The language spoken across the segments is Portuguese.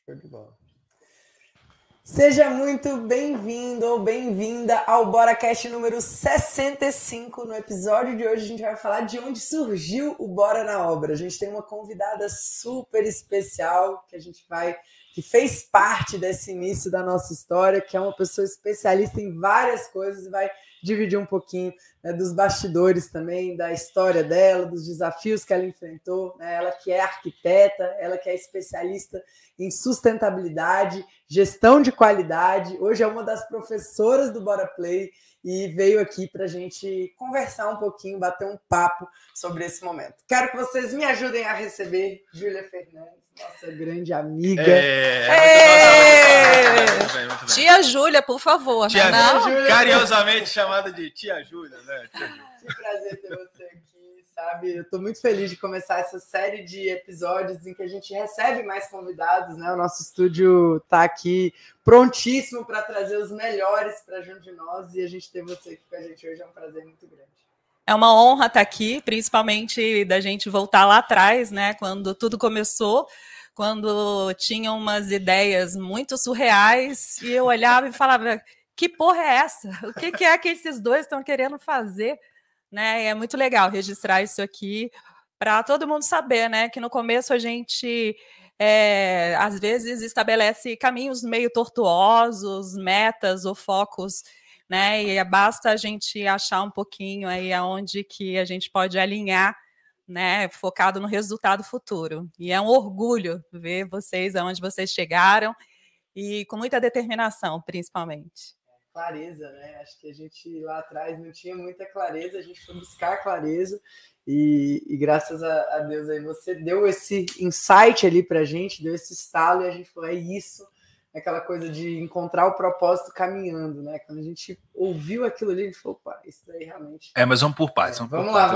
Show de bola. Seja muito bem-vindo ou bem-vinda ao BoraCast número 65. No episódio de hoje a gente vai falar de onde surgiu o Bora na Obra. A gente tem uma convidada super especial que fez parte desse início da nossa história, que é uma pessoa especialista em várias coisas e vai dividir um pouquinho, né, dos bastidores também, da história dela, dos desafios que ela enfrentou, né? Ela que é arquiteta, ela que é especialista em sustentabilidade, gestão de qualidade, hoje é uma das professoras do Bora Play e veio aqui para a gente conversar um pouquinho, bater um papo sobre esse momento. Quero que vocês me ajudem a receber Júlia Fernandes, nossa grande amiga. Muito bem. Tia Júlia, por favor. Tia Júlia, carinhosamente chamada de Tia Júlia, né? Tia Júlia. Que prazer ter você aqui, sabe? Eu estou muito feliz de começar essa série de episódios em que a gente recebe mais convidados, né? O nosso estúdio está aqui prontíssimo para trazer os melhores para junto de nós e a gente ter você aqui com a gente hoje é um prazer muito grande. É uma honra estar aqui, principalmente da gente voltar lá atrás, né? Quando tudo começou, quando tinham umas ideias muito surreais e eu olhava e falava, que porra é essa? O que é que esses dois estão querendo fazer? Né? E é muito legal registrar isso aqui para todo mundo saber, né? Que no começo a gente às vezes estabelece caminhos meio tortuosos, metas ou focos, né? E basta a gente achar um pouquinho aí aonde que a gente pode alinhar, né? Focado no resultado futuro. E é um orgulho ver vocês aonde vocês chegaram e com muita determinação, principalmente. Clareza, né? Acho que a gente lá atrás não tinha muita clareza, a gente foi buscar clareza e graças a Deus aí você deu esse insight ali pra gente, deu esse estalo e a gente falou, é isso, aquela coisa de encontrar o propósito caminhando, né? Quando a gente ouviu aquilo ali, a gente falou, pá, isso daí realmente... Mas vamos por partes. Vamos lá.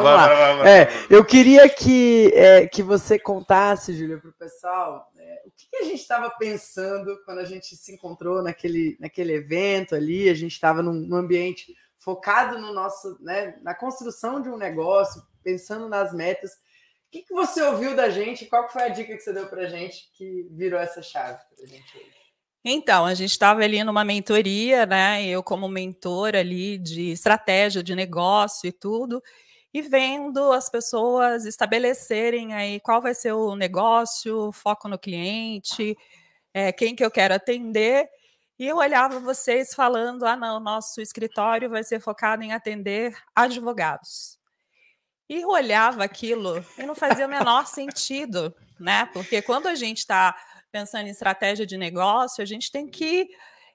Eu queria que você contasse, Júlia, pro pessoal... O que a gente estava pensando quando a gente se encontrou naquele evento ali? A gente estava num ambiente focado no nosso, né, na construção de um negócio, pensando nas metas. O que você ouviu da gente? Qual foi a dica que você deu para a gente que virou essa chave para a gente hoje? Então, a gente estava ali numa mentoria, né? Eu como mentora ali de estratégia de negócio e tudo, e vendo as pessoas estabelecerem aí qual vai ser o negócio, foco no cliente, quem que eu quero atender, e eu olhava vocês falando, não, nosso escritório vai ser focado em atender advogados. E eu olhava aquilo e não fazia o menor sentido, né? Porque quando a gente está pensando em estratégia de negócio, a gente tem que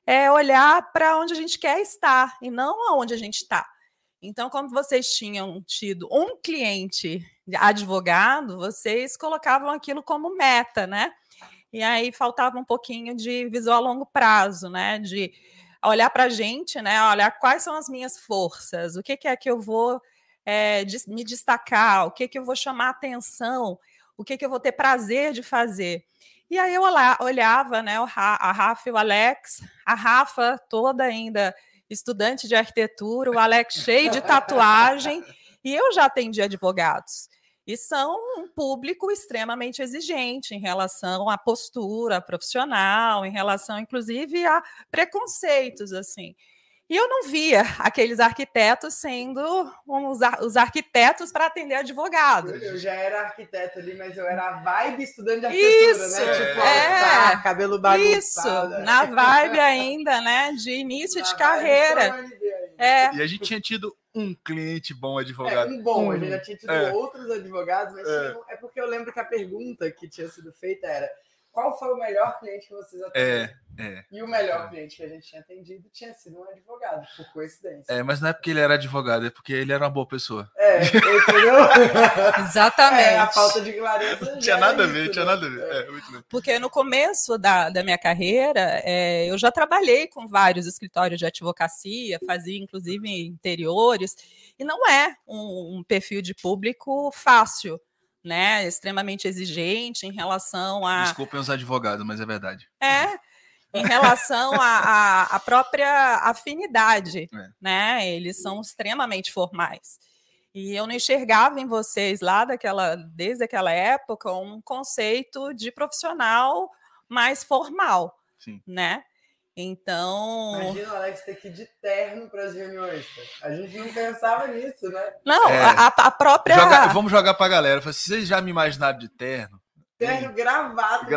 olhar para onde a gente quer estar e não aonde a gente está. Então, como vocês tinham tido um cliente advogado, vocês colocavam aquilo como meta, né? E aí faltava um pouquinho de visão a longo prazo, né? De olhar para a gente, né? Olhar quais são as minhas forças, o que é que eu vou me destacar, o que eu vou chamar atenção, o que eu vou ter prazer de fazer. E aí eu olhava, né? A Rafa e o Alex, a Rafa toda ainda estudante de arquitetura, o Alex cheio de tatuagem, e eu já atendi advogados. E são um público extremamente exigente em relação à postura profissional, em relação, inclusive, a preconceitos, assim. E eu não via aqueles arquitetos sendo os arquitetos para atender advogado. Eu já era arquiteto ali, mas eu era a vibe estudante de arquitetura, isso, né? Tipo, all-star, cabelo bagunçado. Isso, na vibe ainda, né? De início de carreira. E a gente tinha tido um cliente bom advogado. A gente já tinha tido outros advogados, mas é porque eu lembro que a pergunta que tinha sido feita era qual foi o melhor cliente que vocês atenderam? E o melhor cliente que a gente tinha atendido tinha sido um advogado, por coincidência. Mas não é porque ele era advogado, é porque ele era uma boa pessoa. Entendeu? Exatamente. A falta de clareza. Tinha nada a ver. Muito bem. Porque no começo da minha carreira, eu já trabalhei com vários escritórios de advocacia, fazia inclusive interiores, e não é um perfil de público fácil, né? Extremamente exigente em relação a... Desculpem os advogados, mas é verdade. Em relação à própria afinidade, né? Eles são extremamente formais. E eu não enxergava em vocês lá desde aquela época um conceito de profissional mais formal, Sim. né? Então... Imagina o Alex ter que ir de terno para as reuniões. A gente não pensava nisso, né? Não, a própria... Vamos jogar para a galera. Vocês já me imaginaram de terno? Terno gravado,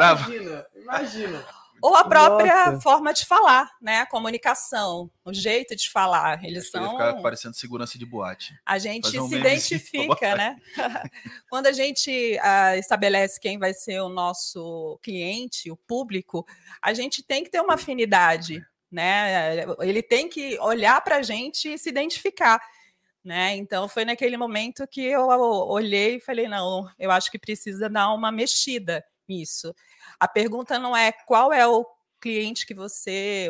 imagina. Ou a própria forma de falar, né? A comunicação, o jeito de falar. Eles são... Ficar parecendo segurança de boate. A gente se identifica, né? Quando a gente estabelece quem vai ser o nosso cliente, o público, a gente tem que ter uma afinidade, né? Ele tem que olhar para a gente e se identificar, né? Então, foi naquele momento que eu olhei e falei, não, eu acho que precisa dar uma mexida nisso. A pergunta não é qual é o cliente que você,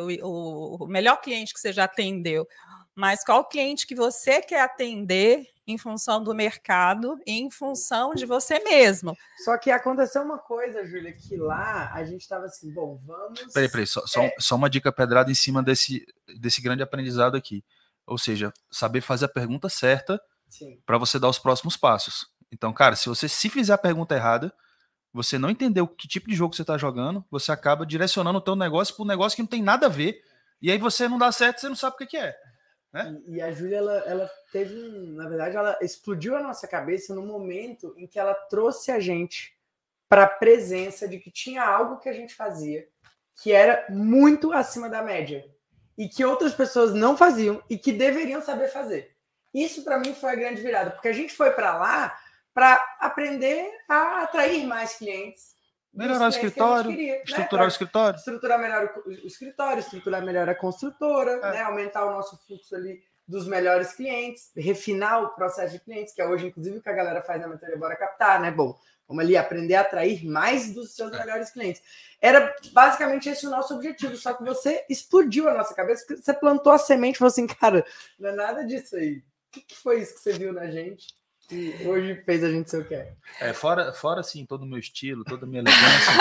o melhor cliente que você já atendeu, mas qual cliente que você quer atender em função do mercado e em função de você mesmo. Só que aconteceu uma coisa, Júlia, que lá a gente estava assim, bom, vamos... Peraí, só uma dica pedrada em cima desse grande aprendizado aqui. Ou seja, saber fazer a pergunta certa para você dar os próximos passos. Então, cara, se você fizer a pergunta errada, você não entendeu que tipo de jogo você está jogando, você acaba direcionando o teu negócio para um negócio que não tem nada a ver, e aí você não dá certo, você não sabe o que é. Né? E a Júlia, ela teve, na verdade, ela explodiu a nossa cabeça no momento em que ela trouxe a gente para a presença de que tinha algo que a gente fazia que era muito acima da média e que outras pessoas não faziam e que deveriam saber fazer. Isso, para mim, foi a grande virada, porque a gente foi para lá para aprender a atrair mais clientes. Melhorar o escritório, estruturar o escritório. Estruturar melhor o escritório, estruturar melhor a construtora, né? Aumentar o nosso fluxo ali dos melhores clientes, refinar o processo de clientes, que é hoje, inclusive, o que a galera faz na mentoria Bora Captar, né? Bom, vamos ali aprender a atrair mais dos seus melhores clientes. Era basicamente esse o nosso objetivo, só que você explodiu a nossa cabeça, você plantou a semente e falou assim, cara, não é nada disso aí. O que foi isso que você viu na gente? E hoje fez a gente ser o que é. Fora assim, todo o meu estilo, toda a minha elegância.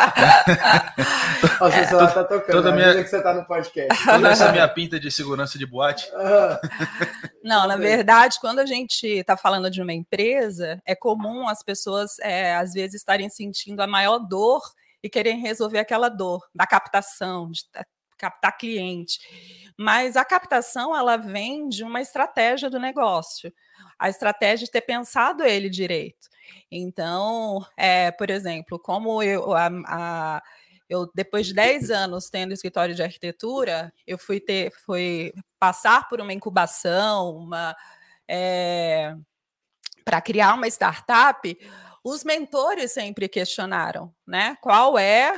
O seu celular tá tocando, toda minha... que você tá no podcast. Toda essa minha pinta de segurança de boate. Não, na verdade, quando a gente está falando de uma empresa, é comum as pessoas, às vezes, estarem sentindo a maior dor e querem resolver aquela dor da captação, de captar cliente. Mas a captação, ela vem de uma estratégia do negócio. A estratégia de ter pensado ele direito. Então, por exemplo, como eu depois de 10 anos tendo escritório de arquitetura, eu fui passar por uma incubação, para criar uma startup. Os mentores sempre questionaram, né? Qual é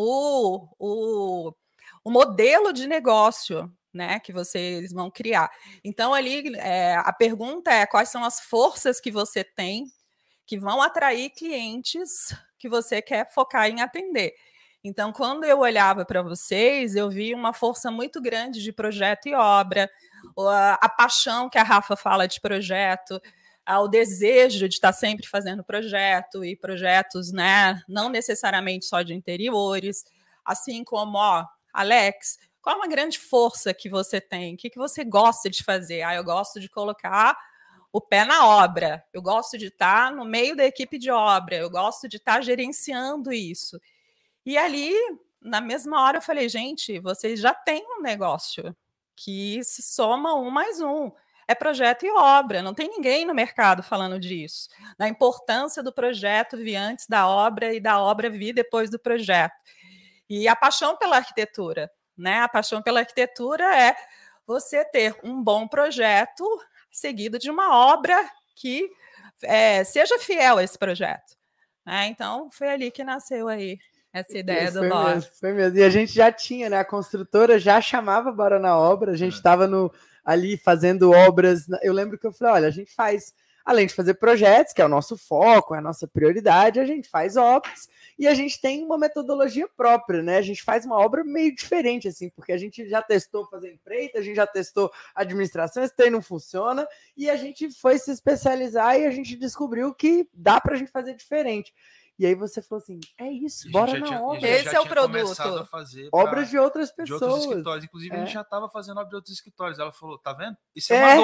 o modelo de negócio, né, que vocês vão criar. Então, ali, a pergunta é quais são as forças que você tem que vão atrair clientes que você quer focar em atender. Então, quando eu olhava para vocês, eu vi uma força muito grande de projeto e obra, a paixão que a Rafa fala de projeto, o desejo de estar sempre fazendo projeto e projetos, né, não necessariamente só de interiores, assim como, Alex, qual é uma grande força que você tem? O que você gosta de fazer? Eu gosto de colocar o pé na obra, eu gosto de estar no meio da equipe de obra, eu gosto de estar gerenciando isso. E ali, na mesma hora, eu falei, gente, vocês já têm um negócio que se soma 1 mais 1. É projeto e obra, não tem ninguém no mercado falando disso. Da importância do projeto vir antes da obra e da obra vir depois do projeto. E a paixão pela arquitetura, né? A paixão pela arquitetura é você ter um bom projeto seguido de uma obra que seja fiel a esse projeto. Né? Então, foi ali que nasceu aí essa ideia do Bora. Foi mesmo. E a gente já tinha, né? A construtora já chamava Bora na Obra, a gente estava ali fazendo obras. Eu lembro que eu falei, olha, a gente faz, além de fazer projetos, que é o nosso foco, é a nossa prioridade, a gente faz obras e a gente tem uma metodologia própria, né? A gente faz uma obra meio diferente, assim, porque a gente já testou fazer empreita, a gente já testou administração, esse trem não funciona, e a gente foi se especializar e a gente descobriu que dá pra gente fazer diferente. E aí você falou assim, é isso, bora na obra. Esse é o produto. A fazer obras de outras pessoas. De outros escritórios. Inclusive, a gente já estava fazendo obra de outros escritórios. Ela falou, tá vendo? Isso é uma dor.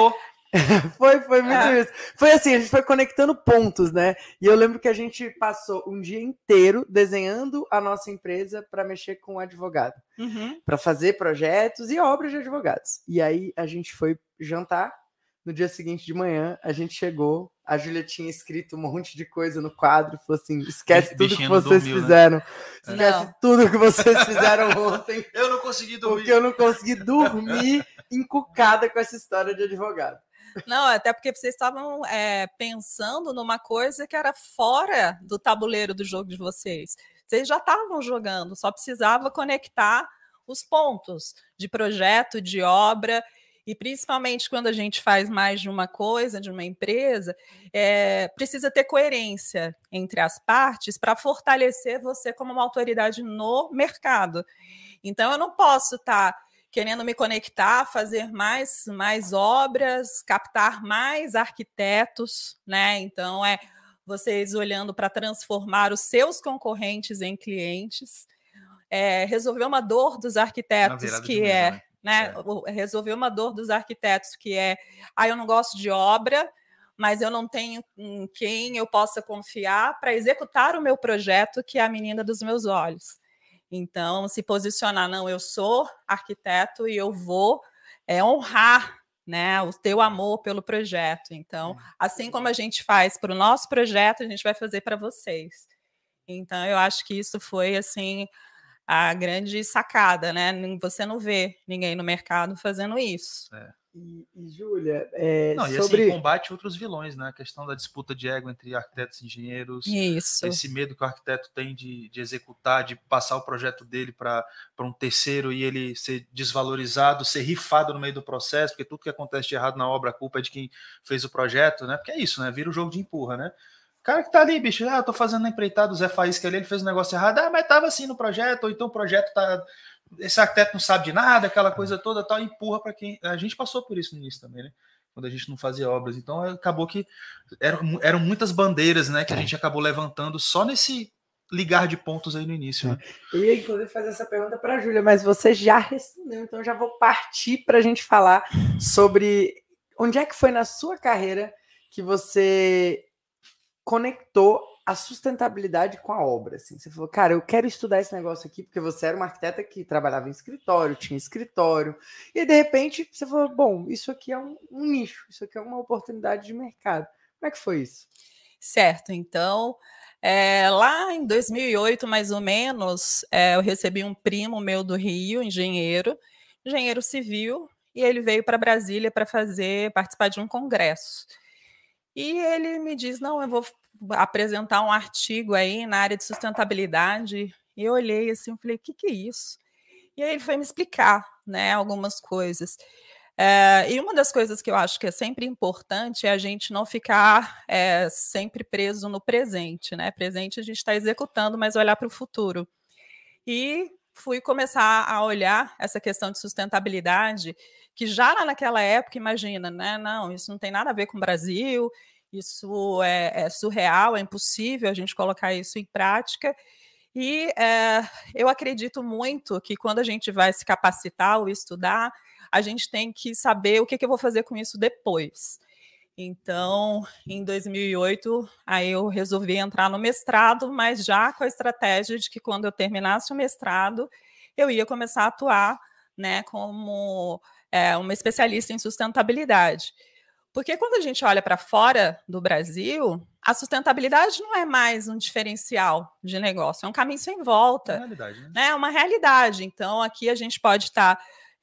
Foi muito isso. Foi assim, a gente foi conectando pontos, né? E eu lembro que a gente passou um dia inteiro desenhando a nossa empresa para mexer com o advogado, para fazer projetos e obras de advogados. E aí a gente foi jantar. No dia seguinte de manhã, a gente chegou, a Júlia tinha escrito um monte de coisa no quadro, falou assim, esquece tudo que vocês fizeram, né? Esquece tudo que vocês fizeram ontem. Eu não consegui dormir. Porque eu não consegui dormir encucada com essa história de advogado. Não, até porque vocês estavam pensando numa coisa que era fora do tabuleiro do jogo de vocês. Vocês já estavam jogando, só precisava conectar os pontos de projeto, de obra. E principalmente quando a gente faz mais de uma coisa, de uma empresa, precisa ter coerência entre as partes para fortalecer você como uma autoridade no mercado. Então, eu não posso estar querendo me conectar, fazer mais obras, captar mais arquitetos, né? Então, vocês olhando para transformar os seus concorrentes em clientes, resolver uma dor dos arquitetos, que resolver uma dor dos arquitetos, que eu não gosto de obra, mas eu não tenho em quem eu possa confiar para executar o meu projeto, que é a menina dos meus olhos. Então, se posicionar, não, eu sou arquiteto e eu vou honrar, né, o teu amor pelo projeto. Então, assim como a gente faz para o nosso projeto, a gente vai fazer para vocês. Então, eu acho que isso foi, assim, a grande sacada, né? Você não vê ninguém no mercado fazendo isso. E Júlia, e assim, combate outros vilões, né? A questão da disputa de ego entre arquitetos e engenheiros. Isso. Esse medo que o arquiteto tem de executar, de passar o projeto dele para um terceiro e ele ser desvalorizado, ser rifado no meio do processo, porque tudo que acontece de errado na obra, a culpa é de quem fez o projeto, né? Porque é isso, né? Vira o jogo de empurra, né? O cara que tá ali, bicho, eu tô fazendo a empreitada, o Zé Faísca ali, ele fez um negócio errado, mas tava assim no projeto, ou então o projeto tá... Esse arquiteto não sabe de nada, aquela coisa toda, tal, empurra para quem... A gente passou por isso no início também, né? Quando a gente não fazia obras. Então, acabou que eram muitas bandeiras, né, que a gente acabou levantando só nesse ligar de pontos aí no início, né? Eu ia, inclusive, fazer essa pergunta para a Júlia, mas você já respondeu, então eu já vou partir para a gente falar sobre onde é que foi na sua carreira que você conectou a sustentabilidade com a obra, assim. Você falou, cara, eu quero estudar esse negócio aqui, porque você era uma arquiteta que trabalhava em escritório, tinha escritório, e de repente você falou, bom, isso aqui é um nicho, isso aqui é uma oportunidade de mercado. Como é que foi isso? Certo, então, lá em 2008, mais ou menos, eu recebi um primo meu do Rio, engenheiro civil, e ele veio para Brasília para participar de um congresso. E ele me diz, não, eu vou apresentar um artigo aí na área de sustentabilidade. E eu olhei assim, falei, o que é isso? E aí ele foi me explicar, né, algumas coisas. E uma das coisas que eu acho que é sempre importante é a gente não ficar sempre preso no presente, né? Presente a gente está executando, mas olhar para o futuro. E fui começar a olhar essa questão de sustentabilidade, que já naquela época, imagina, né? Não, isso não tem nada a ver com o Brasil, isso é surreal, é impossível a gente colocar isso em prática. E eu acredito muito que quando a gente vai se capacitar ou estudar, a gente tem que saber o que eu vou fazer com isso depois. Então, em 2008, aí eu resolvi entrar no mestrado, mas já com a estratégia de que quando eu terminasse o mestrado, eu ia começar a atuar, né, como uma especialista em sustentabilidade. Porque quando a gente olha para fora do Brasil, a sustentabilidade não é mais um diferencial de negócio, é um caminho sem volta. É uma realidade, né? É uma realidade. Então, aqui a gente pode estar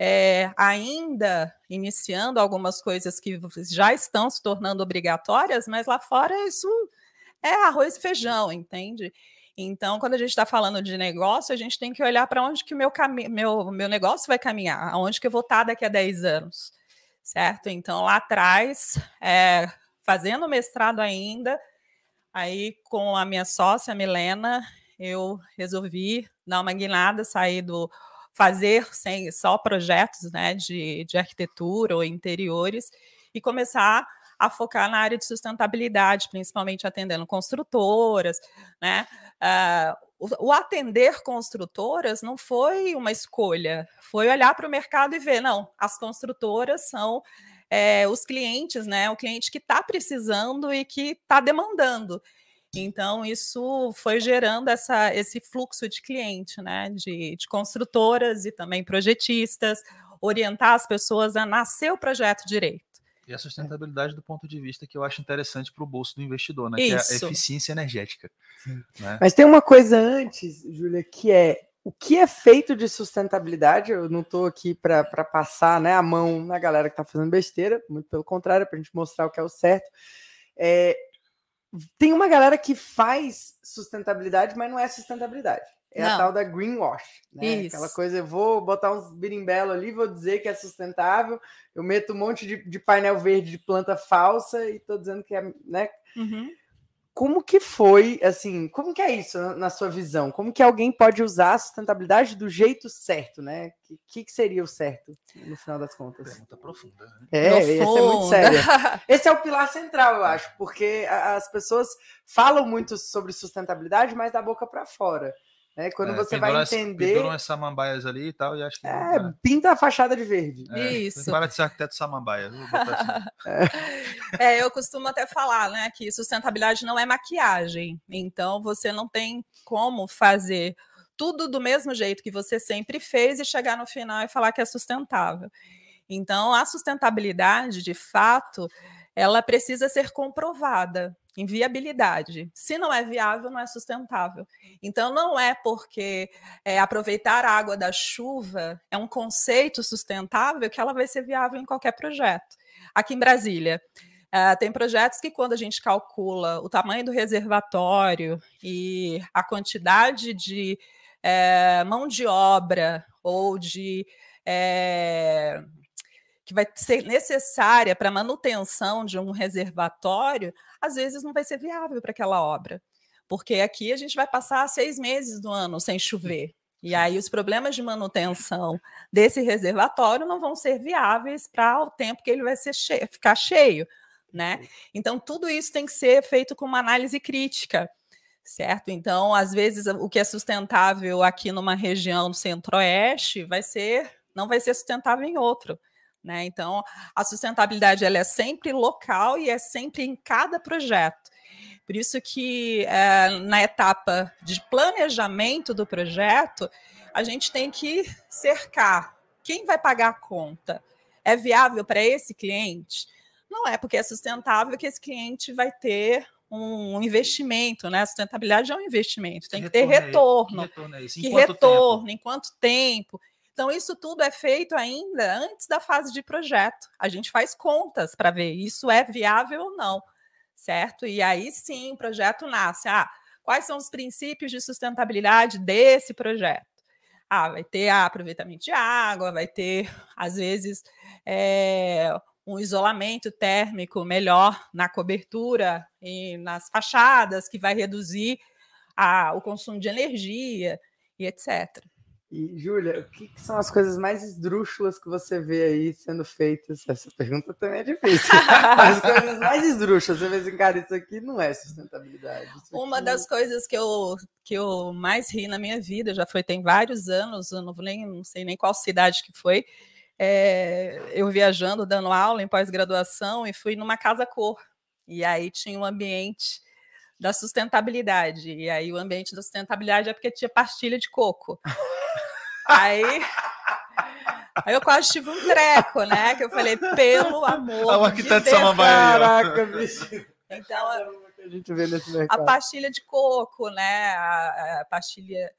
ainda iniciando algumas coisas que já estão se tornando obrigatórias, mas lá fora isso é arroz e feijão, entende? Então, quando a gente está falando de negócio, a gente tem que olhar para onde que o meu negócio vai caminhar, aonde que eu vou estar daqui a 10 anos. Certo? Então, lá atrás, fazendo mestrado ainda, aí com a minha sócia, Milena, eu resolvi dar uma guinada, fazer só projetos, né, de arquitetura ou interiores e começar a focar na área de sustentabilidade, principalmente atendendo construtoras, né? O atender construtoras não foi uma escolha, foi olhar para o mercado e ver, não, as construtoras são os clientes, né? O cliente que está precisando e que está demandando. Então, isso foi gerando esse fluxo de cliente, né? De construtoras e também projetistas, orientar as pessoas a nascer o projeto direito. E a sustentabilidade do ponto de vista que eu acho interessante para o bolso do investidor, né? Isso. Que é a eficiência energética. Né? Mas tem uma coisa antes, Júlia, que é o que é feito de sustentabilidade. Eu não estou aqui para passar, né, a mão na galera que está fazendo besteira, muito pelo contrário, para a gente mostrar o que é o certo. Tem uma galera que faz sustentabilidade, mas não é sustentabilidade. É a tal da greenwash, né? Aquela coisa, eu vou botar uns birimbelo ali, vou dizer que é sustentável, eu meto um monte de painel verde de planta falsa e estou dizendo que é, né? Uhum. Como que foi, assim, como que é isso na sua visão? Como que alguém pode usar a sustentabilidade do jeito certo, né? O que seria o certo, no final das contas? Pergunta profunda. Né? Essa é muito séria. Esse é o pilar central, eu acho, porque as pessoas falam muito sobre sustentabilidade, mas da boca para fora. Né? Quando você vai entender... Penduram as samambaias ali e tal, e acho que... pinta a fachada de verde. Isso. Para de ser arquiteto samambaia. Eu costumo até falar, né, que sustentabilidade não é maquiagem. Então, você não tem como fazer tudo do mesmo jeito que você sempre fez e chegar no final e falar que é sustentável. Então, a sustentabilidade, de fato, ela precisa ser comprovada em viabilidade. Se não é viável, não é sustentável. Então, não é porque aproveitar a água da chuva é um conceito sustentável que ela vai ser viável em qualquer projeto. Aqui em Brasília, tem projetos que, quando a gente calcula o tamanho do reservatório e a quantidade de mão de obra ou de... que vai ser necessária para a manutenção de um reservatório, às vezes não vai ser viável para aquela obra. Porque aqui a gente vai passar 6 meses do ano sem chover. E aí os problemas de manutenção desse reservatório não vão ser viáveis para o tempo que ele vai ficar cheio. Né? Então, tudo isso tem que ser feito com uma análise crítica. Certo? Então, às vezes, o que é sustentável aqui numa região do centro-oeste não vai ser sustentável em outro. Né? Então, a sustentabilidade ela é sempre local e é sempre em cada projeto. Por isso que, na etapa de planejamento do projeto, a gente tem que cercar quem vai pagar a conta. É viável para esse cliente? Não é porque é sustentável que esse cliente vai ter um investimento, né? A sustentabilidade é um investimento, tem que ter retorno. Que retorno, em quanto tempo? Então, isso tudo é feito ainda antes da fase de projeto. A gente faz contas para ver isso é viável ou não, certo? E aí sim o projeto nasce. Quais são os princípios de sustentabilidade desse projeto? Vai ter aproveitamento de água, vai ter, às vezes, um isolamento térmico melhor na cobertura e nas fachadas, que vai reduzir o consumo de energia e etc. E, Júlia, o que são as coisas mais esdrúxulas que você vê aí sendo feitas? Essa pergunta também é difícil. As coisas mais esdrúxulas, você vê assim, cara, isso aqui não é sustentabilidade. Uma das coisas que eu mais ri na minha vida, tem vários anos, eu não sei nem qual cidade que foi, eu viajando, dando aula em pós-graduação, e fui numa casa-cor. E aí tinha um ambiente da sustentabilidade. E aí o ambiente da sustentabilidade é porque tinha pastilha de coco. Aí eu quase tive um treco, né? Que eu falei, pelo amor de Deus. Caraca, bicho. Então, a gente vê nesse mercado. A pastilha de coco, né? A pastilha...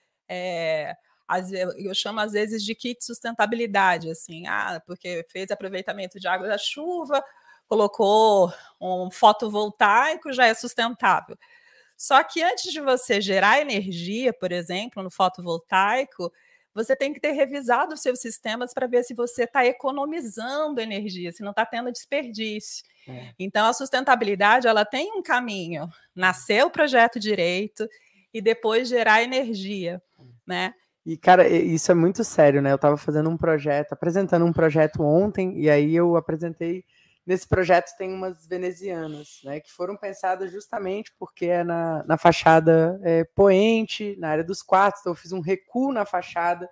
eu chamo às vezes de kit sustentabilidade, assim, porque fez aproveitamento de água da chuva, colocou um fotovoltaico, já é sustentável. Só que antes de você gerar energia, por exemplo, no fotovoltaico, você tem que ter revisado os seus sistemas para ver se você está economizando energia, se não está tendo desperdício. Então, a sustentabilidade ela tem um caminho, nascer o projeto direito e depois gerar energia, né? E, cara, isso é muito sério, né? Eu estava apresentando um projeto ontem, e aí eu apresentei... Nesse projeto tem umas venezianas, né, que foram pensadas justamente porque é na fachada poente, na área dos quartos, então eu fiz um recuo na fachada,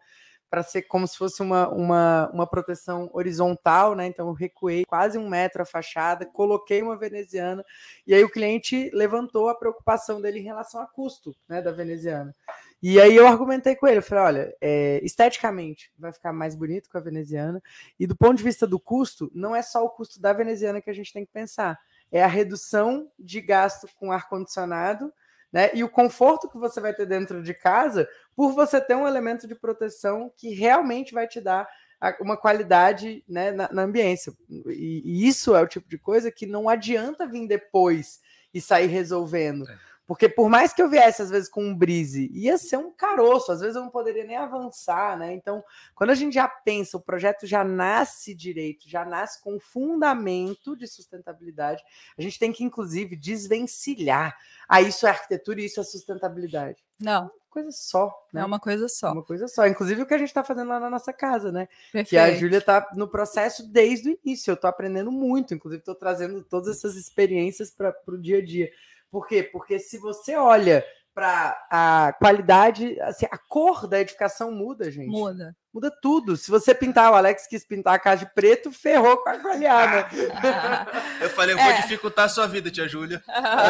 para ser como se fosse uma proteção horizontal, né? Então eu recuei quase 1 metro a fachada, coloquei uma veneziana, e aí o cliente levantou a preocupação dele em relação a custo, né, da veneziana. E aí eu argumentei com ele, eu falei, olha, esteticamente vai ficar mais bonito com a veneziana, e do ponto de vista do custo, não é só o custo da veneziana que a gente tem que pensar, é a redução de gasto com ar-condicionado, né, e o conforto que você vai ter dentro de casa por você ter um elemento de proteção que realmente vai te dar uma qualidade, né, na ambiência. E isso é o tipo de coisa que não adianta vir depois e sair resolvendo. Porque por mais que eu viesse, às vezes, com um brise, ia ser um caroço, às vezes eu não poderia nem avançar, né? Então, quando a gente já pensa, o projeto já nasce direito, já nasce com um fundamento de sustentabilidade, a gente tem que, inclusive, desvencilhar. Isso é arquitetura e isso é sustentabilidade. Não. Uma coisa só, né? É uma coisa só. Uma coisa só. Inclusive o que a gente está fazendo lá na nossa casa, né? Perfeito. Que a Júlia está no processo desde o início. Eu estou aprendendo muito, inclusive estou trazendo todas essas experiências para o dia a dia. Por quê? Porque se você olha para a qualidade, assim, a cor da edificação muda, gente. Muda. Muda tudo. Se você pintar, o Alex quis pintar a casa de preto, ferrou com a qualidade, né? Eu falei, eu vou dificultar a sua vida, tia Júlia.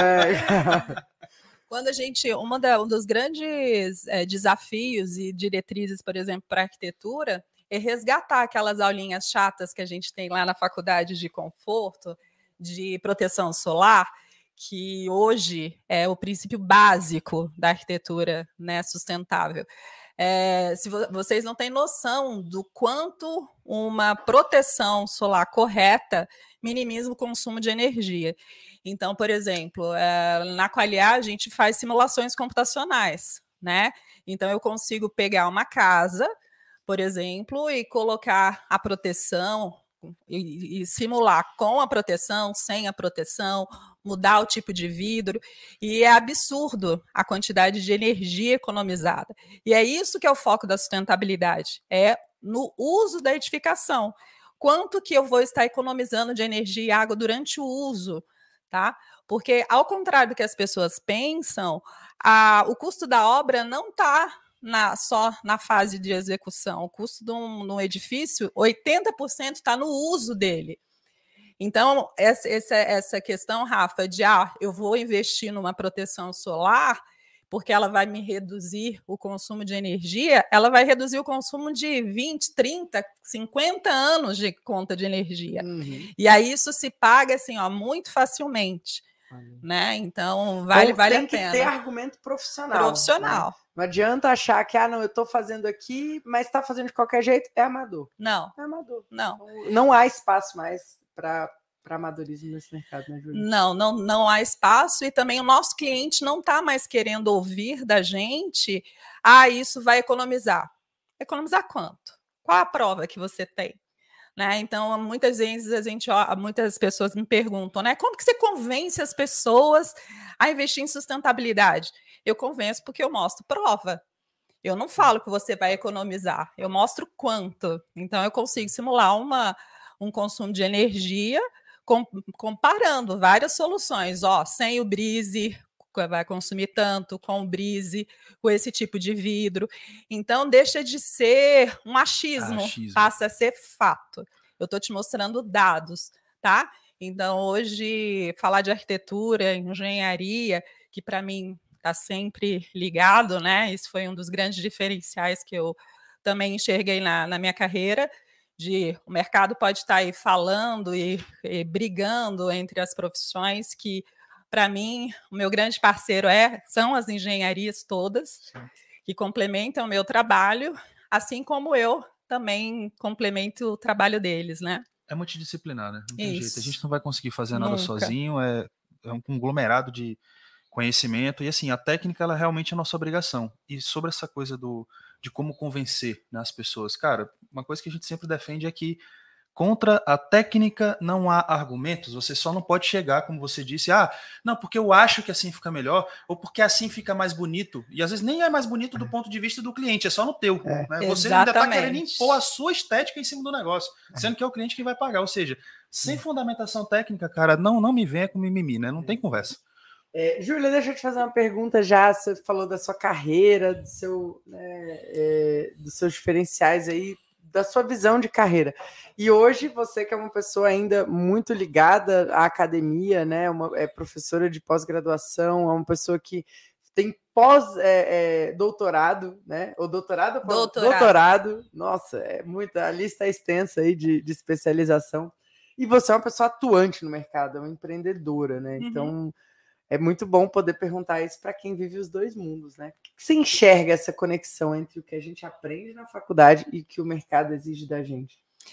Quando a gente, um dos grandes desafios e diretrizes, por exemplo, para a arquitetura, é resgatar aquelas aulinhas chatas que a gente tem lá na faculdade de conforto, de proteção solar, que hoje é o princípio básico da arquitetura, né, sustentável. Se vocês não têm noção do quanto uma proteção solar correta minimiza o consumo de energia. Então, por exemplo, na Qualia a gente faz simulações computacionais, né? Então, eu consigo pegar uma casa, por exemplo, e colocar a proteção e simular com a proteção, sem a proteção, mudar o tipo de vidro, e é absurdo a quantidade de energia economizada. E é isso que é o foco da sustentabilidade, é no uso da edificação. Quanto que eu vou estar economizando de energia e água durante o uso, tá? Porque, ao contrário do que as pessoas pensam, o custo da obra não está só na fase de execução. O custo de um edifício, 80% está no uso dele. Então, essa questão, Rafa, de eu vou investir numa proteção solar, porque ela vai me reduzir o consumo de energia, ela vai reduzir o consumo de 20, 30, 50 anos de conta de energia. Uhum. E aí isso se paga assim, muito facilmente. Né? Então, vale a pena. Tem que ter argumento profissional. Profissional. Né? Não adianta achar que, não, eu estou fazendo aqui, mas está fazendo de qualquer jeito, é amador. Não. É amador. Não. Não há espaço mais para amadorismo nesse mercado, né, Júlia? Não há espaço, e também o nosso cliente não está mais querendo ouvir da gente, isso vai economizar. Economizar quanto? Qual a prova que você tem? Né? Então, muitas vezes muitas pessoas me perguntam, né? Como que você convence as pessoas a investir em sustentabilidade? Eu convenço porque eu mostro prova. Eu não falo que você vai economizar, eu mostro quanto. Então, eu consigo simular um consumo de energia comparando várias soluções. Sem o brise, vai consumir tanto, com o brise, com esse tipo de vidro. Então, deixa de ser um achismo, passa a ser fato. Eu estou te mostrando dados, tá? Então, hoje, falar de arquitetura, engenharia, que para mim está sempre ligado, né? Isso foi um dos grandes diferenciais que eu também enxerguei na minha carreira, o mercado pode estar aí falando e brigando entre as profissões, que para mim, o meu grande parceiro são as engenharias todas, que complementam o meu trabalho, assim como eu também complemento o trabalho deles, né? É multidisciplinar, né? Não tem jeito. A gente não vai conseguir fazer nada sozinho, é um conglomerado de conhecimento, e assim, a técnica, ela realmente é nossa obrigação. E sobre essa coisa de como convencer, né, as pessoas, cara, uma coisa que a gente sempre defende é que contra a técnica não há argumentos. Você só não pode chegar, como você disse, não, porque eu acho que assim fica melhor, ou porque assim fica mais bonito. E às vezes nem é mais bonito do ponto de vista do cliente, é só no teu. Né? Você ainda está querendo impor a sua estética em cima do negócio, sendo que é o cliente que vai pagar. Ou seja, sem fundamentação técnica, cara, não me venha com mimimi, né? Não tem conversa. Júlia, deixa eu te fazer uma pergunta já. Você falou da sua carreira, dos seus diferenciais aí, da sua visão de carreira. E hoje você que é uma pessoa ainda muito ligada à academia, né? É professora de pós-graduação, é uma pessoa que tem doutorado, né? Ou doutorado? Doutorado. Nossa, a lista é extensa aí de especialização. E você é uma pessoa atuante no mercado, é uma empreendedora, né? Então, é muito bom poder perguntar isso para quem vive os dois mundos, né? O que você enxerga essa conexão entre o que a gente aprende na faculdade e o que o mercado exige da gente?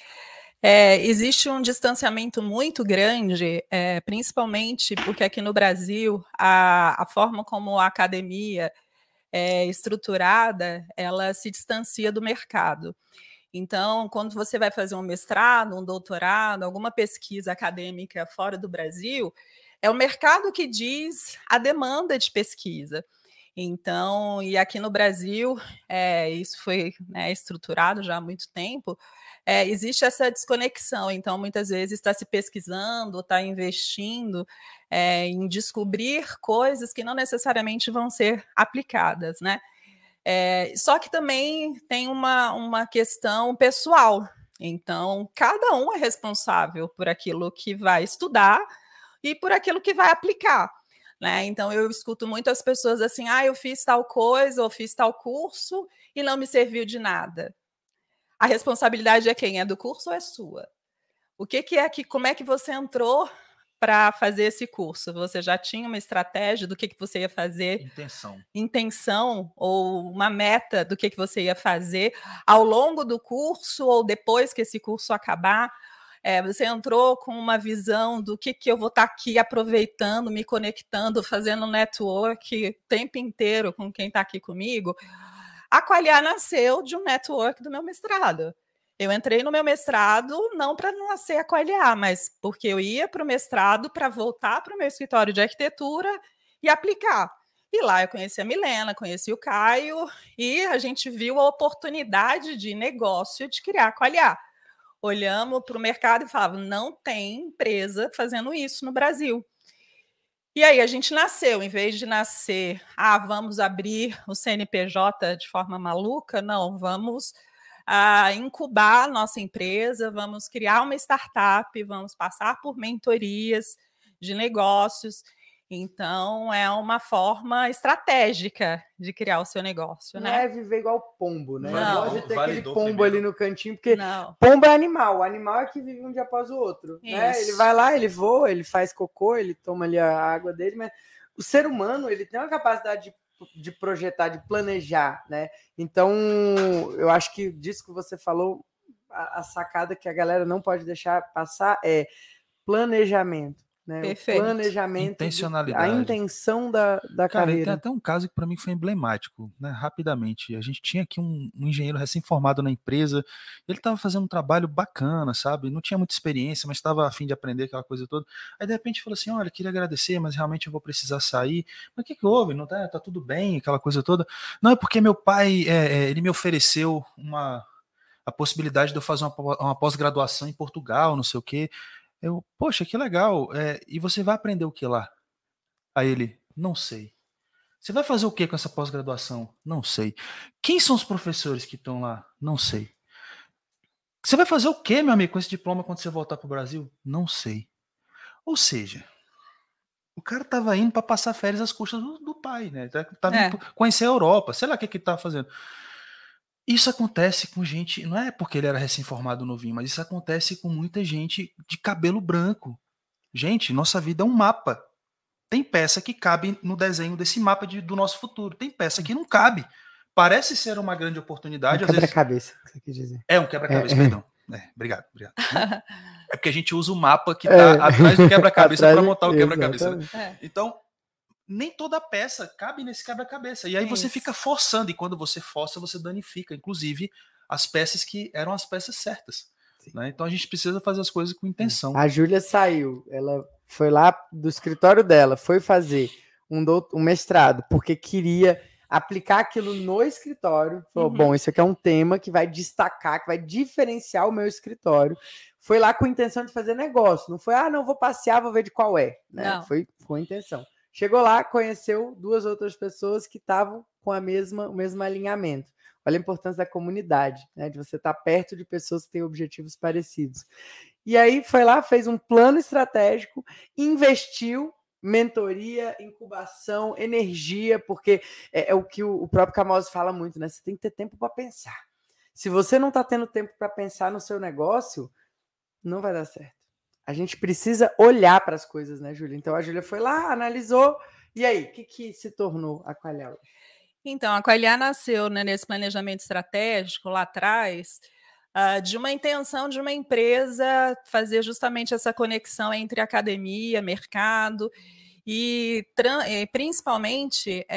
Existe um distanciamento muito grande, principalmente porque aqui no Brasil, a forma como a academia é estruturada, ela se distancia do mercado. Então, quando você vai fazer um mestrado, um doutorado, alguma pesquisa acadêmica fora do Brasil, é o mercado que diz a demanda de pesquisa. Então, e aqui no Brasil, isso foi estruturado já há muito tempo, existe essa desconexão. Então, muitas vezes está se pesquisando, está investindo em descobrir coisas que não necessariamente vão ser aplicadas, né? Só que também tem uma questão pessoal. Então, cada um é responsável por aquilo que vai estudar e por aquilo que vai aplicar. Né? Então, eu escuto muitas pessoas assim, eu fiz tal coisa, ou fiz tal curso e não me serviu de nada. A responsabilidade é quem? É do curso ou é sua? Como é que você entrou para fazer esse curso? Você já tinha uma estratégia do que você ia fazer? Intenção ou uma meta do que você ia fazer ao longo do curso ou depois que esse curso acabar? Você entrou com uma visão do que eu vou estar aqui aproveitando, me conectando, fazendo network o tempo inteiro com quem está aqui comigo? A Qualiar nasceu de um network do meu mestrado. Eu entrei no meu mestrado não para nascer a Qualiar, mas porque eu ia para o mestrado para voltar para o meu escritório de arquitetura e aplicar. E lá eu conheci a Milena, conheci o Caio, e a gente viu a oportunidade de negócio de criar a Qualiar. Olhamos para o mercado e falávamos, não tem empresa fazendo isso no Brasil. E aí a gente nasceu, em vez de nascer, vamos abrir o CNPJ de forma maluca, não, vamos incubar a nossa empresa, vamos criar uma startup, vamos passar por mentorias de negócios. Então, é uma forma estratégica de criar o seu negócio, né? Não é viver igual pombo, né? Não. Pode ter aquele pombo ali no cantinho, porque pombo é animal. O animal é que vive um dia após o outro. Né? Ele vai lá, ele voa, ele faz cocô, ele toma ali a água dele, mas o ser humano, ele tem uma capacidade de projetar, de planejar, né? Então, eu acho que disso que você falou, a sacada que a galera não pode deixar passar é planejamento. Né? Perfeito. Planejamento, intencionalidade, a intenção da carreira. Tem até um caso que para mim foi emblemático, né? Rapidamente. A gente tinha aqui um engenheiro recém-formado na empresa, ele estava fazendo um trabalho bacana, sabe? Não tinha muita experiência, mas estava a fim de aprender aquela coisa toda. Aí de repente falou assim: olha, queria agradecer, mas realmente eu vou precisar sair. Mas o que houve? Não tá tudo bem, aquela coisa toda. Não, é porque meu pai, ele me ofereceu a possibilidade de eu fazer uma pós-graduação em Portugal, não sei o quê. Poxa, que legal. E você vai aprender o que lá? Aí ele, não sei. Você vai fazer o que com essa pós-graduação? Não sei. Quem são os professores que estão lá? Não sei. Você vai fazer o que, meu amigo, com esse diploma quando você voltar para o Brasil? Não sei. Ou seja, o cara estava indo para passar férias às custas do pai, né? Tava indo conhecer a Europa, sei lá o que ele estava fazendo. Isso acontece com gente, não é porque ele era recém-formado novinho, mas isso acontece com muita gente de cabelo branco. Gente, nossa vida é um mapa. Tem peça que cabe no desenho desse mapa do nosso futuro. Tem peça que não cabe. Parece ser uma grande oportunidade. Um quebra-cabeça, que você quis dizer. Um quebra-cabeça, perdão. Obrigado. É porque a gente usa o mapa que está atrás do quebra-cabeça para montar o quebra-cabeça. Né? Então, nem toda peça cabe nesse quebra-cabeça. E aí você fica forçando, e quando você força, você danifica, inclusive, as peças que eram as peças certas. Né? Então a gente precisa fazer as coisas com intenção. A Júlia saiu, ela foi lá do escritório dela, foi fazer um mestrado, porque queria aplicar aquilo no escritório. Falou, bom, isso aqui é um tema que vai destacar, que vai diferenciar o meu escritório. Foi lá com a intenção de fazer negócio. Não foi, não, vou passear, vou ver de qual é. Né? Foi com a intenção. Chegou lá, conheceu 2 outras pessoas que estavam com o mesmo alinhamento. Olha a importância da comunidade, né? De você estar perto de pessoas que têm objetivos parecidos. E aí foi lá, fez um plano estratégico, investiu, mentoria, incubação, energia, porque é o que o próprio Camões fala muito, né? Você tem que ter tempo para pensar. Se você não está tendo tempo para pensar no seu negócio, não vai dar certo. A gente precisa olhar para as coisas, né, Júlia? Então a Júlia foi lá, analisou, e aí, o que se tornou a Qualiar hoje? Então, a Qualiar nasceu, né, nesse planejamento estratégico lá atrás, de uma intenção de uma empresa fazer justamente essa conexão entre academia, mercado e principalmente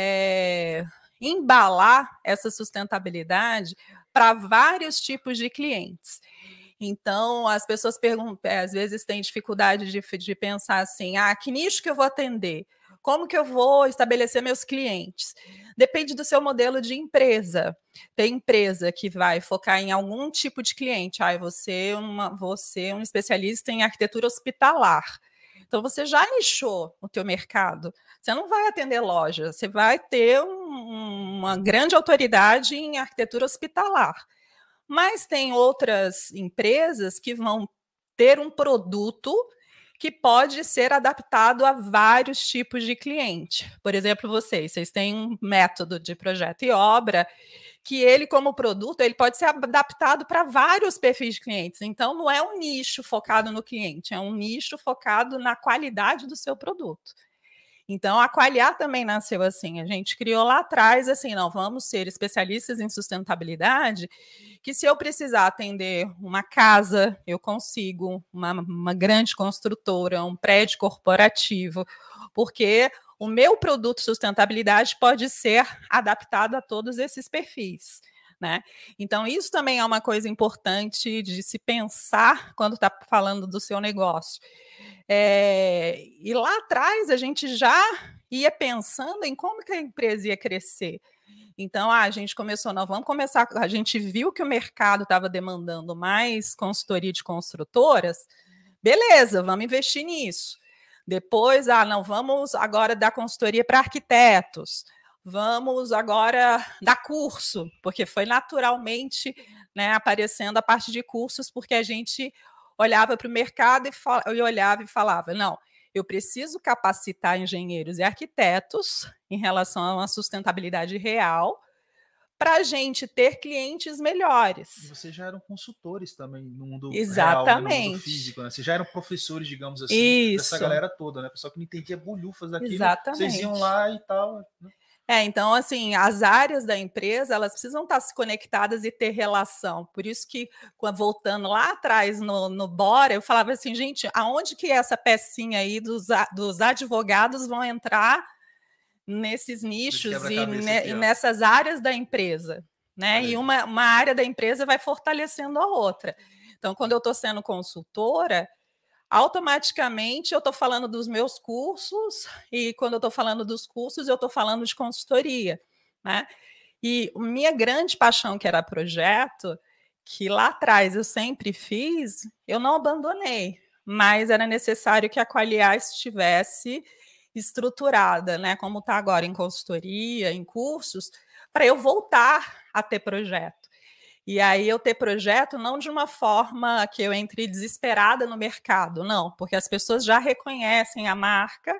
embalar essa sustentabilidade para vários tipos de clientes. Então, as pessoas às vezes têm dificuldade de pensar assim, que nicho que eu vou atender? Como que eu vou estabelecer meus clientes? Depende do seu modelo de empresa. Tem empresa que vai focar em algum tipo de cliente. Você é um especialista em arquitetura hospitalar. Então, você já nichou o teu mercado. Você não vai atender loja, você vai ter uma grande autoridade em arquitetura hospitalar. Mas tem outras empresas que vão ter um produto que pode ser adaptado a vários tipos de cliente. Por exemplo, vocês têm um método de projeto e obra que ele, como produto, ele pode ser adaptado para vários perfis de clientes. Então, não é um nicho focado no cliente, é um nicho focado na qualidade do seu produto. Então, a Qualiar também nasceu assim. A gente criou lá atrás, assim, não, vamos ser especialistas em sustentabilidade, que se eu precisar atender uma casa, eu consigo, uma grande construtora, um prédio corporativo, porque o meu produto sustentabilidade pode ser adaptado a todos esses perfis. Né? Então, isso também é uma coisa importante de se pensar quando está falando do seu negócio. E lá atrás a gente já ia pensando em como que a empresa ia crescer. Então, a gente começou, vamos começar, a gente viu que o mercado estava demandando mais consultoria de construtoras, beleza, vamos investir nisso. Depois, não, vamos agora dar consultoria para arquitetos, vamos agora dar curso, porque foi naturalmente, né, aparecendo a parte de cursos, porque a gente olhava para o mercado e olhava e falava, não, eu preciso capacitar engenheiros e arquitetos em relação a uma sustentabilidade real para a gente ter clientes melhores. E vocês já eram consultores também no mundo real, né, no mundo físico, né? Vocês já eram professores, digamos assim, dessa galera toda, né? Pessoal que não entendia bolhufas daquilo, exatamente. Vocês iam lá e tal, né? Então, assim, as áreas da empresa, elas precisam estar se conectadas e ter relação. Por isso que, voltando lá atrás no Bora, eu falava assim, gente, aonde que essa pecinha aí dos advogados vão entrar nesses nichos e nessas áreas da empresa? Né? E uma área da empresa vai fortalecendo a outra. Então, quando eu estou sendo consultora, automaticamente eu estou falando dos meus cursos, e quando eu estou falando dos cursos, eu estou falando de consultoria. Né? E minha grande paixão, que era projeto, que lá atrás eu sempre fiz, eu não abandonei, mas era necessário que a Qualiar estivesse estruturada, né? Como está agora em consultoria, em cursos, para eu voltar a ter projeto. E aí eu ter projeto não de uma forma que eu entre desesperada no mercado, não, porque as pessoas já reconhecem a marca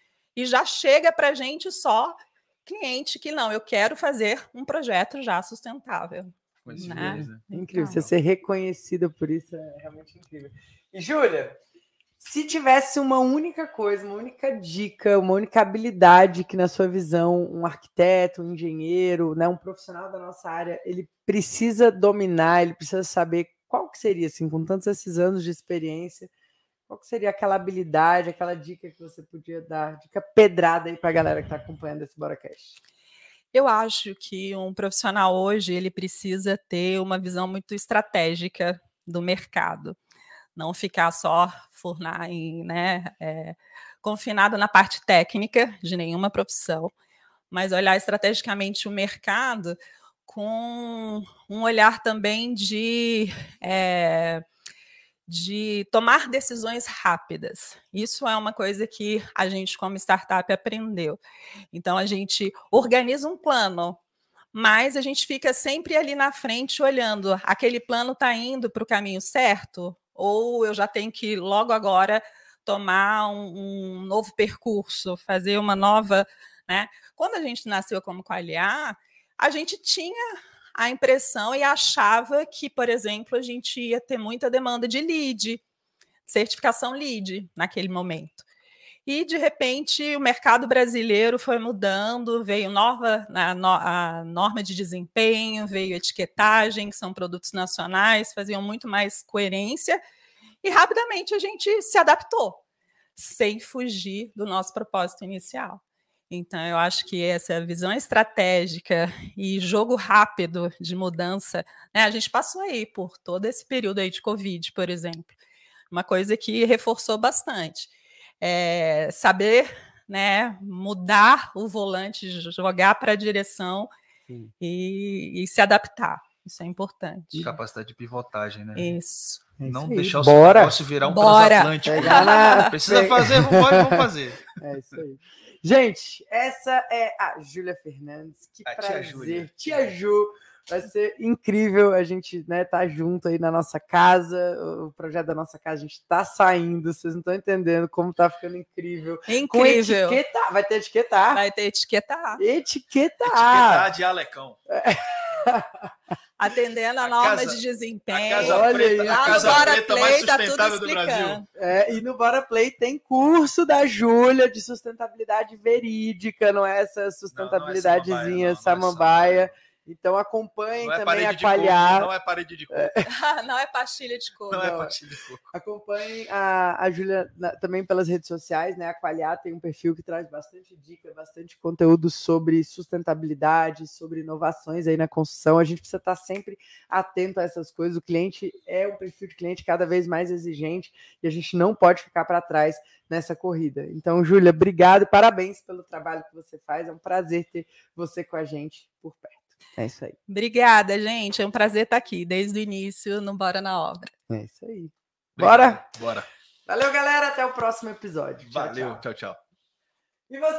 e já chega para a gente só cliente que não, eu quero fazer um projeto já sustentável. Né? Incrível, você ser reconhecida por isso é realmente incrível. E Júlia, se tivesse uma única coisa, uma única dica, uma única habilidade que, na sua visão, um arquiteto, um engenheiro, né, um profissional da nossa área, ele precisa dominar, ele precisa saber qual que seria, assim, com tantos esses anos de experiência, qual que seria aquela habilidade, aquela dica que você podia dar, dica pedrada aí para a galera que está acompanhando esse BoraCast? Eu acho que um profissional hoje, ele precisa ter uma visão muito estratégica do mercado. Não ficar só confinado na parte técnica de nenhuma profissão, mas olhar estrategicamente o mercado com um olhar também de de tomar decisões rápidas. Isso é uma coisa que a gente, como startup, aprendeu. Então, a gente organiza um plano, mas a gente fica sempre ali na frente olhando, aquele plano está indo para o caminho certo? Ou eu já tenho que, logo agora, tomar um novo percurso, fazer uma nova... Né? Quando a gente nasceu como Qualiar, a gente tinha a impressão e achava que, por exemplo, a gente ia ter muita demanda de lead, certificação lead naquele momento. E, de repente, o mercado brasileiro foi mudando, veio a norma de desempenho, veio etiquetagem, que são produtos nacionais, faziam muito mais coerência, e rapidamente a gente se adaptou, sem fugir do nosso propósito inicial. Então, eu acho que essa visão estratégica e jogo rápido de mudança, né, a gente passou aí por todo esse período aí de Covid, por exemplo, uma coisa que reforçou bastante. Saber, né, mudar o volante, jogar para a direção e se adaptar. Isso é importante. Capacidade de pivotagem, né? Isso. Não deixar o seu negócio virar um transatlântico. Precisa fazer, vamos fazer. É isso aí. Gente, essa é a Júlia Fernandes. Que prazer. Tia Ju. Vai ser incrível a gente, né, tá junto aí na nossa casa. O projeto da nossa casa, a gente tá saindo. Vocês não estão entendendo como tá ficando incrível. Incrível. Com etiquetar. Vai ter etiquetar? Vai ter etiquetar. Etiquetar de Alecão. Atendendo a norma de desempenho. Olha aí, lá no Bora Play tá tudo explicando. E no Bora Play tem curso da Júlia de sustentabilidade verídica, não é essa sustentabilidadezinha samambaia. Então acompanhem também a Qualiar. Não é parede de coco. Não é pastilha de coco. Não é pastilha de coco. Acompanhem a Júlia também pelas redes sociais, né? A Qualiar tem um perfil que traz bastante dica, bastante conteúdo sobre sustentabilidade, sobre inovações aí na construção. A gente precisa estar sempre atento a essas coisas. O cliente é um perfil de cliente cada vez mais exigente e a gente não pode ficar para trás nessa corrida. Então, Júlia, obrigado, parabéns pelo trabalho que você faz. É um prazer ter você com a gente por perto. É isso aí. Obrigada, gente. É um prazer estar aqui desde o início no Bora na Obra. É isso aí. Bora? Bora. Valeu, galera. Até o próximo episódio. Valeu. Tchau, tchau. E você?